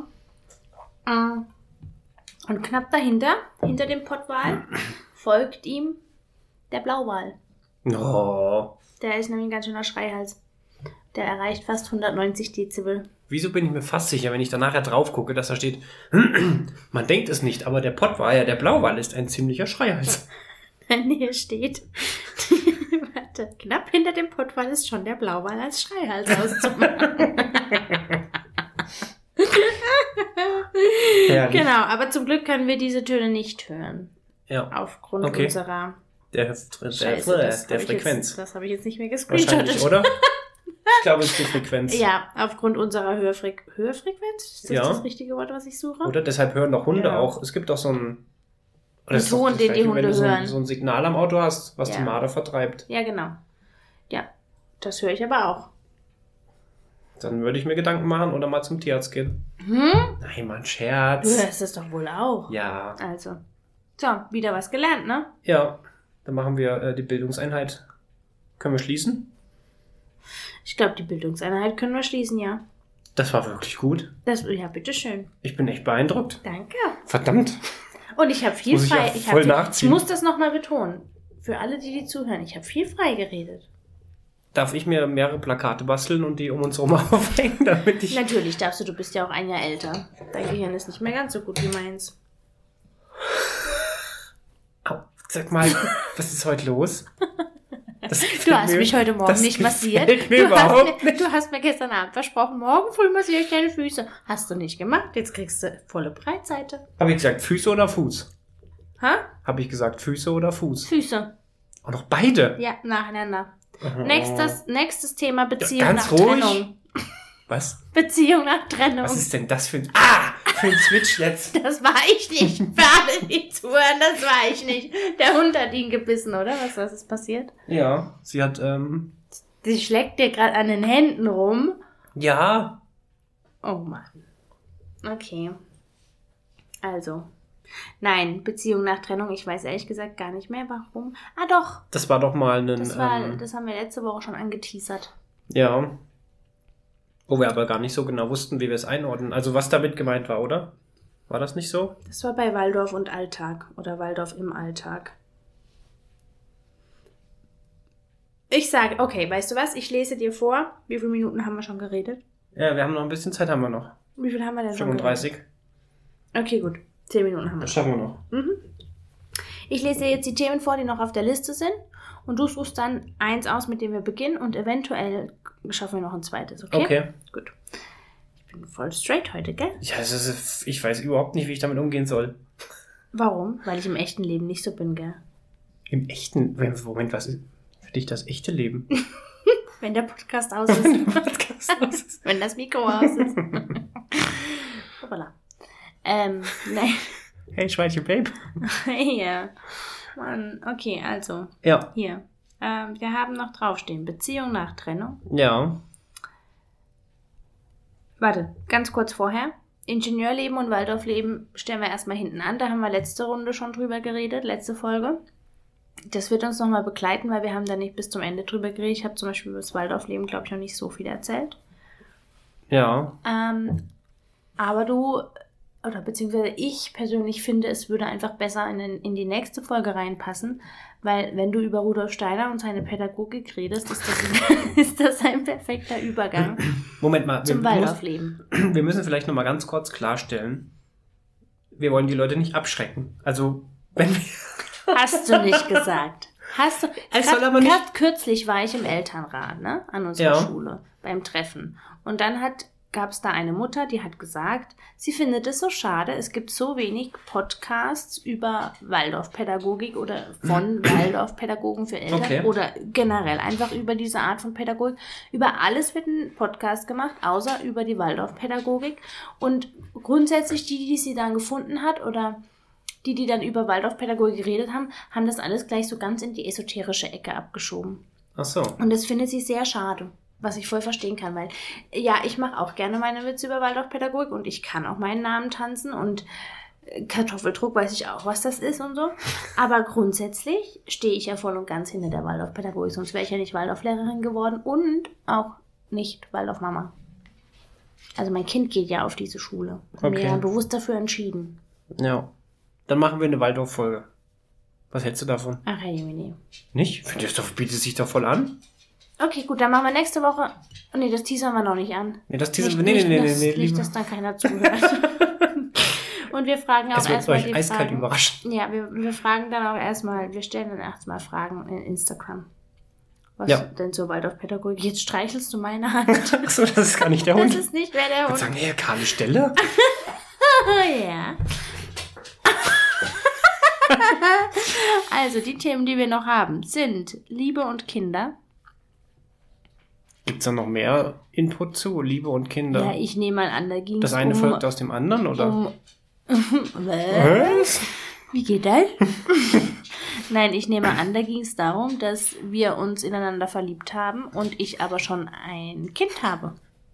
Und knapp dahinter, hinter dem Pottwal, folgt ihm der Blauwal. Oh. Der ist nämlich ein ganz schöner Schreihals. Der erreicht fast 190 Dezibel. Wieso bin ich mir fast sicher, wenn ich da nachher drauf gucke, dass da steht, man denkt es nicht, aber der Pottwal, der Blauwal ist ein ziemlicher Schreihals. Wenn hier steht, warte, knapp hinter dem Pottwal ist schon der Blauwal als Schreihals auszumachen. Herrlich. Genau, aber zum Glück können wir diese Töne nicht hören. Ja. Aufgrund Okay. unserer Der Scheiße, das der hab ich Frequenz. Jetzt, das habe ich jetzt nicht mehr Wahrscheinlich, gescreenshottet. oder? Ich glaube, es ist die Frequenz. Ja, aufgrund unserer Hörfrequenz. Ist das Ja. das richtige Wort, was ich suche? Oder deshalb hören doch Hunde Ja. auch. Es gibt auch so ein... Ein ist doch Ton, das den die Gleiche, wenn Hunde du hören. so ein Signal am Auto hast, was Ja. die Marder vertreibt. Ja, genau. Ja, das höre ich aber auch. Dann würde ich mir Gedanken machen oder mal zum Tierarzt gehen. Nein, Mann, Du Scherz. hörst es doch wohl auch. Ja. Also. So, wieder was gelernt, ne? Ja. Dann machen wir die Bildungseinheit. Können wir schließen? Ich glaube, die Bildungseinheit können wir schließen, ja. Das war wirklich gut. Ja, bitteschön. Ich bin echt beeindruckt. Danke. Verdammt. Und ich habe viel Muss ich frei. ja voll nachziehen. Ich muss das nochmal betonen. Für alle, die zuhören. Ich habe viel frei geredet. Darf ich mir mehrere Plakate basteln und die um uns herum aufhängen, damit ich... Natürlich darfst du bist ja auch ein Jahr älter. Dein Gehirn ist nicht mehr ganz so gut wie meins. Au, sag mal, was ist heute los? Du hast mich heute Morgen nicht massiert. Du hast mir gestern Abend versprochen, morgen früh massiere ich deine Füße. Hast du nicht gemacht. Jetzt kriegst du volle Breitseite. Habe ich gesagt Füße oder Fuß? Ha? Habe ich gesagt Füße oder Fuß? Füße. Und noch beide? Ja, nacheinander. Nächstes Thema Beziehung ganz nach ruhig. Trennung. Was? Beziehung nach Trennung. Was ist denn das für ein Switch jetzt? Das war ich nicht. Für alle, die zuhören, das war ich nicht. Der Hund hat ihn gebissen, oder? Was ist passiert? Ja, sie hat, Sie schlägt dir gerade an den Händen rum. Ja. Oh Mann. Okay. Also. Nein, Beziehung nach Trennung. Ich weiß ehrlich gesagt gar nicht mehr, warum. Ah, doch. Das war doch mal ein... Das haben wir letzte Woche schon angeteasert. Ja. Wo wir aber gar nicht so genau wussten, wie wir es einordnen. Also was damit gemeint war, oder? War das nicht so? Das war bei Waldorf und Alltag. Oder Waldorf im Alltag. Ich sage, okay, weißt du was? Ich lese dir vor. Wie viele Minuten haben wir schon geredet? Ja, wir haben noch ein bisschen Zeit, haben wir noch. Wie viel haben wir denn 35. schon geredet? Okay, gut. 10 Minuten haben wir. Das schaffen wir noch. Ich lese dir jetzt die Themen vor, die noch auf der Liste sind. Und du suchst dann eins aus, mit dem wir beginnen. Und eventuell schaffen wir noch ein zweites, okay? Okay. Gut. Ich bin voll straight heute, gell? Ja, ich weiß überhaupt nicht, wie ich damit umgehen soll. Warum? Weil ich im echten Leben nicht so bin, gell? Im echten... Moment, was ist für dich das echte Leben? Wenn der Podcast aus ist. Wenn das Mikro aus ist. Hoppala. Nein. Hey, Schweinchen, Babe. Ja. Mann, okay, also. Ja. Hier. Wir haben noch draufstehen. Beziehung nach Trennung. Ja. Warte, ganz kurz vorher. Ingenieurleben und Waldorfleben stellen wir erstmal hinten an. Da haben wir letzte Runde schon drüber geredet, letzte Folge. Das wird uns nochmal begleiten, weil wir haben da nicht bis zum Ende drüber geredet. Ich habe zum Beispiel über das Waldorfleben, glaube ich, noch nicht so viel erzählt. Ja. Aber du... Oder beziehungsweise ich persönlich finde, es würde einfach besser in die nächste Folge reinpassen, weil wenn du über Rudolf Steiner und seine Pädagogik redest, ist das ein perfekter Übergang Moment mal. zum Waldorfleben. Wir müssen vielleicht nochmal ganz kurz klarstellen, wir wollen die Leute nicht abschrecken. Also, wenn wir... Hast du nicht gesagt. Hast du... Es soll aber nicht... Gerade kürzlich war ich im Elternrat, ne? An unserer Schule, beim Treffen. Und dann gab es da eine Mutter, die hat gesagt, sie findet es so schade, es gibt so wenig Podcasts über Waldorfpädagogik oder von Waldorfpädagogen für Eltern oder generell einfach über diese Art von Pädagogik. Über alles wird ein Podcast gemacht, außer über die Waldorfpädagogik. Und grundsätzlich die sie dann gefunden hat oder die dann über Waldorfpädagogik geredet haben, haben das alles gleich so ganz in die esoterische Ecke abgeschoben. Ach so. Und das findet sie sehr schade. Was ich voll verstehen kann, weil, ja, ich mache auch gerne meine Witze über Waldorfpädagogik und ich kann auch meinen Namen tanzen und Kartoffeldruck weiß ich auch, was das ist und so. Aber grundsätzlich stehe ich ja voll und ganz hinter der Waldorfpädagogik, sonst wäre ich ja nicht Waldorflehrerin geworden und auch nicht Waldorfmama. Also mein Kind geht ja auf diese Schule. Ich habe mir ja bewusst dafür entschieden. Ja. Dann machen wir eine Waldorf-Folge. Was hältst du davon? Ach, hey, nee. Nicht? Das bietet sich doch voll an. Okay, gut, dann machen wir nächste Woche... Oh, nee, das teasern wir noch nicht an. Nee, das teasern wir... Nee. Nicht, dass dann keiner zuhört. Und wir fragen auch erstmal die Fragen... eiskalt überraschen. Ja, wir fragen dann auch erstmal... Wir stellen dann erstmal Fragen in Instagram. Was denn zur Waldorfpädagogik? Jetzt streichelst du meine Hand. Achso, das ist gar nicht der Hund. Das ist nicht mehr der Hund. Und sagen, hey, kahle Stelle? Ja. Also, die Themen, die wir noch haben, sind Liebe und Kinder. Gibt es da noch mehr Input zu Liebe und Kinder? Ja, ich nehme mal an, da ging es das eine folgt aus dem anderen, oder? Was? Wie geht das? Nein, ich nehme an, da ging es darum, dass wir uns ineinander verliebt haben und ich aber schon ein Kind habe.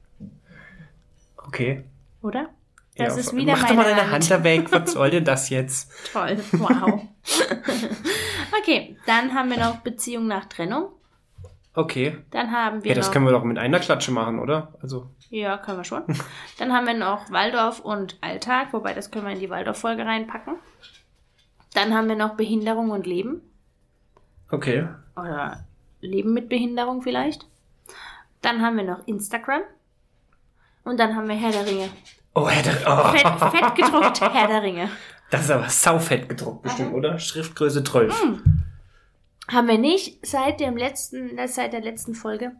Okay. Oder? Das ist wieder mach doch mal deine Hand da weg. Was soll denn das jetzt? Toll, wow. Okay, dann haben wir noch Beziehung nach Trennung. Okay. Dann haben wir ja, das können wir doch mit einer Klatsche machen, oder? Also. Ja, können wir schon. Dann haben wir noch Waldorf und Alltag, wobei das können wir in die Waldorf-Folge reinpacken. Dann haben wir noch Behinderung und Leben. Okay. Oder Leben mit Behinderung vielleicht. Dann haben wir noch Instagram. Und dann haben wir Herr der Ringe. Oh, Herr der Ringe. Oh. Fett gedruckt, Herr der Ringe. Das ist aber saufett gedruckt bestimmt, oder? Schriftgröße 12. Haben wir nicht seit der letzten Folge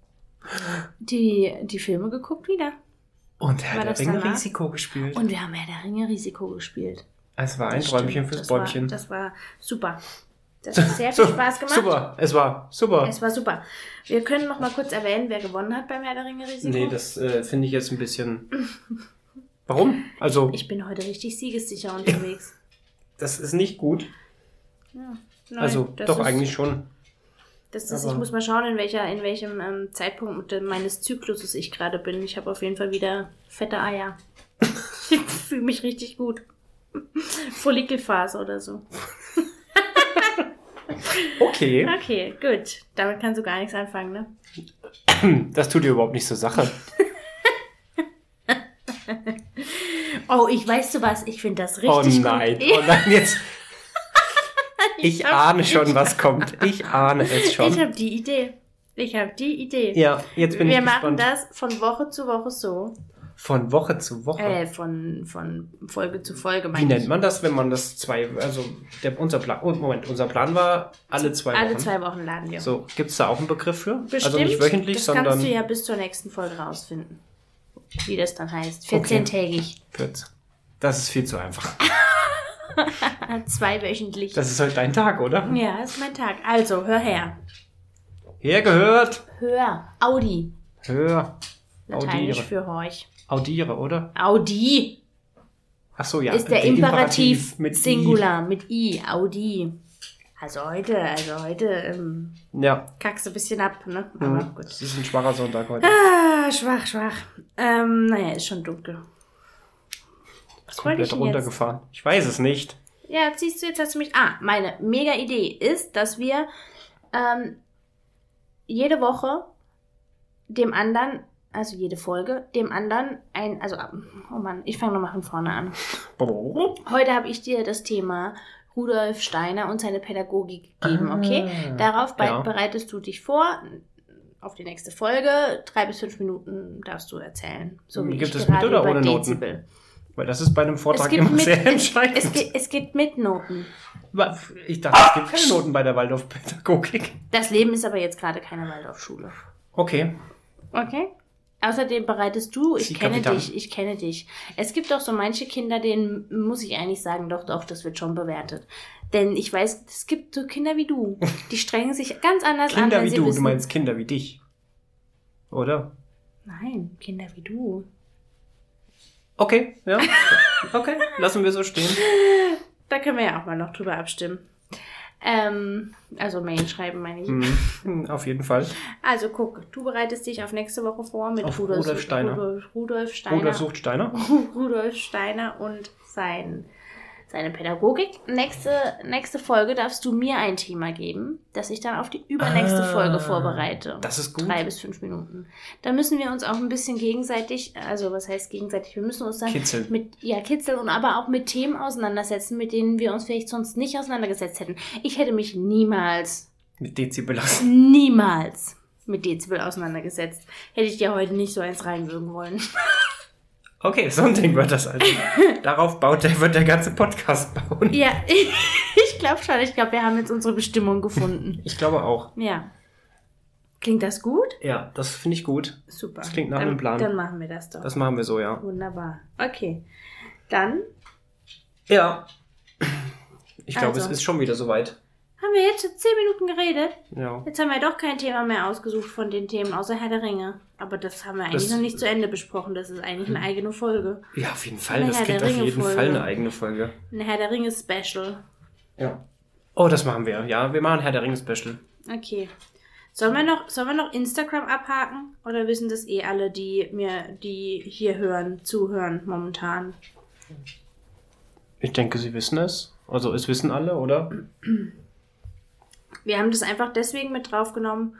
die Filme geguckt wieder. Und War Herr der das Ringe danach? Risiko gespielt. Und wir haben Herr der Ringe Risiko gespielt. Es war ein Das Träumchen stimmt. fürs Bäumchen. Das war super. Das hat sehr viel Spaß gemacht. Super, es war super. Es war super. Wir können noch mal kurz erwähnen, wer gewonnen hat beim Herr der Ringe Risiko. Nee, das finde ich jetzt ein bisschen... Warum? Also, Ich bin heute richtig siegessicher unterwegs. das ist nicht gut. Ja. Nein, Also, das doch, ist- eigentlich schon. Das ist, Aber- ich muss mal schauen, in welchem Zeitpunkt meines Zykluses ich gerade bin. Ich habe auf jeden Fall wieder fette Eier. Ich fühle mich richtig gut. Follikelphase oder so. Okay, Okay, gut. Damit kannst du gar nichts anfangen, ne? das tut dir überhaupt nicht zur Sache. Oh, ich weiß du was. Ich finde das richtig Oh gut. nein, jetzt... Ich ahne schon, was kommt. Ich ahne es schon. Ich habe die Idee. Ja, jetzt bin ich Wir gespannt. machen das von Woche zu Woche so. Von Woche zu Woche. Von Folge zu Folge. Wie meine nennt ich. man das, wenn man das unser Plan... Oh, Moment, unser Plan war alle 2 Wochen. Alle 2 Wochen laden wir. So, gibt es da auch einen Begriff für? Bestimmt. Also nicht wöchentlich, das sondern... kannst du ja bis zur nächsten Folge rausfinden. Wie das dann heißt. 14-tägig. 14. Das ist viel zu einfach. 2-wöchentlich. Das ist heute dein Tag, oder? Ja, das ist mein Tag. Also, hör her. Hergehört. Hör. Audi. Hör. Lateinisch Audiere. für Horch. Audiere, oder? Audi Ach so, ja. ist der Imperativ mit Singular mit I. Audi. Also heute Ja. kackst du ein bisschen ab, ne? Aber gut. Das ist ein schwacher Sonntag heute. Ah, schwach. Naja, ist schon dunkel. Was wollte ich Komplett denn jetzt? runtergefahren. Ich weiß es nicht. Ja, siehst du, jetzt hast du mich... meine mega Idee ist, dass wir jede Woche dem anderen, also jede Folge, dem anderen oh Mann, ich fange nochmal von vorne an. Heute habe ich dir das Thema Rudolf Steiner und seine Pädagogik gegeben, okay? Darauf ja. bereitest du dich vor. Auf die nächste Folge, 3 bis 5 Minuten darfst du erzählen. So wie Gibt ich es gerade mit oder über ohne Noten? Dezibel. Weil das ist bei einem Vortrag immer sehr entscheidend. Es gibt mit Noten. Ich dachte, es gibt keine Noten bei der Waldorfpädagogik. Das Leben ist aber jetzt gerade keine Waldorfschule. Okay. Okay? Außerdem bereitest du, ich Sie kenne Kapitan. dich. Es gibt auch so manche Kinder, denen muss ich eigentlich sagen, doch, das wird schon bewertet. Denn ich weiß, es gibt so Kinder wie du, die strengen sich ganz anders an, Kinder wenn wie sie du, wissen... du meinst Kinder wie dich. Oder? Nein, Kinder wie du. Okay, ja. Okay, lassen wir so stehen. Da können wir ja auch mal noch drüber abstimmen. Also Mail schreiben, meine ich. Auf jeden Fall. Also guck, du bereitest dich auf nächste Woche vor mit Auf Rudolf Steiner. Rudolf Steiner. Rudolf sucht Steiner. Rudolf Steiner und seine Pädagogik. Nächste Folge darfst du mir ein Thema geben, das ich dann auf die übernächste Folge vorbereite. Das ist gut. 3 bis 5 Minuten. Dann müssen wir uns auch ein bisschen gegenseitig, also was heißt gegenseitig, wir müssen uns dann Kitzeln. kitzeln und aber auch mit Themen auseinandersetzen, mit denen wir uns vielleicht sonst nicht auseinandergesetzt hätten. Ich hätte mich niemals Mit Dezibel mit Dezibel auseinandergesetzt. Hätte ich dir heute nicht so eins reinwürgen wollen. Okay, so ein Ding wird das also. Darauf wird der ganze Podcast bauen. Ja, ich glaube schon. Ich glaube, wir haben jetzt unsere Bestimmung gefunden. Ich glaube auch. Ja. Klingt das gut? Ja, das finde ich gut. Super. Das klingt nach einem Plan. Dann machen wir das doch. Das machen wir so, ja. Wunderbar. Okay. Dann Ja. Ich glaube, Also. es ist schon wieder soweit. haben wir jetzt schon 10 Minuten geredet. Ja. Jetzt haben wir doch kein Thema mehr ausgesucht von den Themen, außer Herr der Ringe. Aber das haben wir eigentlich noch nicht zu Ende besprochen. Das ist eigentlich eine eigene Folge. Ja, auf jeden Fall. Eine Das Herr gibt der auf jeden Ringe-Folge. Fall eine eigene Folge. Ein Herr der Ringe Special. Ja. Oh, das machen wir. Ja, wir machen Herr der Ringe Special. Okay. Sollen wir noch Instagram abhaken? Oder wissen das eh alle, die hier zuhören momentan? Ich denke, Sie wissen es. Also, es wissen alle, oder? Wir haben das einfach deswegen mit draufgenommen,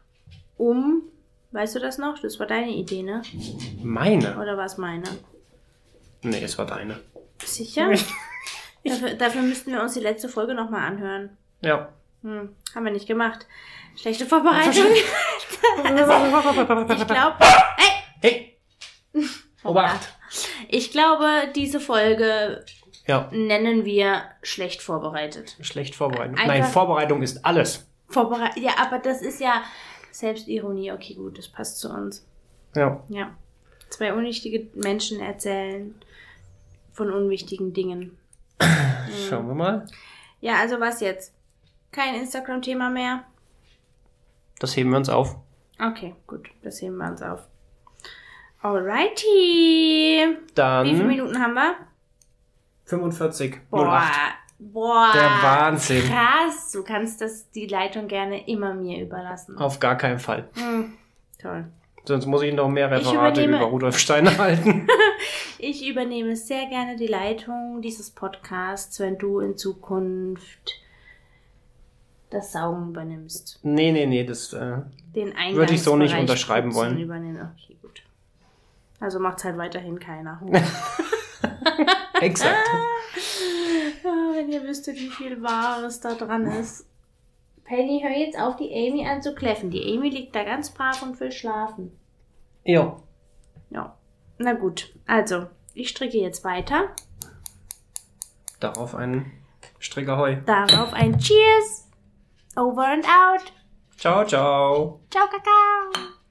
weißt du das noch? Das war deine Idee, ne? Meine? Oder war es meine? Nee, es war deine. Sicher? dafür müssten wir uns die letzte Folge nochmal anhören. Ja. Haben wir nicht gemacht. Schlechte Vorbereitung. Ich glaube... Hey! Obacht! Ich glaube, diese Folge Ja. nennen wir schlecht vorbereitet. Schlecht vorbereitet. Einfach- Nein, Vorbereitung ist alles. Ja, aber das ist ja Selbstironie. Okay, gut, das passt zu uns. Ja. Ja. 2 unwichtige Menschen erzählen von unwichtigen Dingen. Schauen wir mal. Ja, also was jetzt? Kein Instagram-Thema mehr? Das heben wir uns auf. Okay, gut, das heben wir uns auf. Alrighty. Dann Wie viele Minuten haben wir? 45. Boah, 08. boah. Der Wahnsinn. Krass, du kannst die Leitung gerne immer mir überlassen. Auf gar keinen Fall. Toll. Sonst muss ich noch mehr Referate übernehme- über Rudolf Steiner halten. Ich übernehme sehr gerne die Leitung dieses Podcasts, wenn du in Zukunft das Saugen übernimmst. Nee, das Den würde ich so nicht Eingangsbereich unterschreiben putzen wollen. übernehmen. Okay, gut. Also macht's halt weiterhin keiner. Exakt. Wenn ihr wüsstet, wie viel Wahres da dran ist. Penny, hör jetzt auf, die Amy anzukläffen. Die Amy liegt da ganz brav und will schlafen. Ja. Ja. Na gut, also, ich stricke jetzt weiter. Darauf ein Strickerheu. Darauf ein Cheers. Over and out. Ciao, ciao. Ciao, Kakao.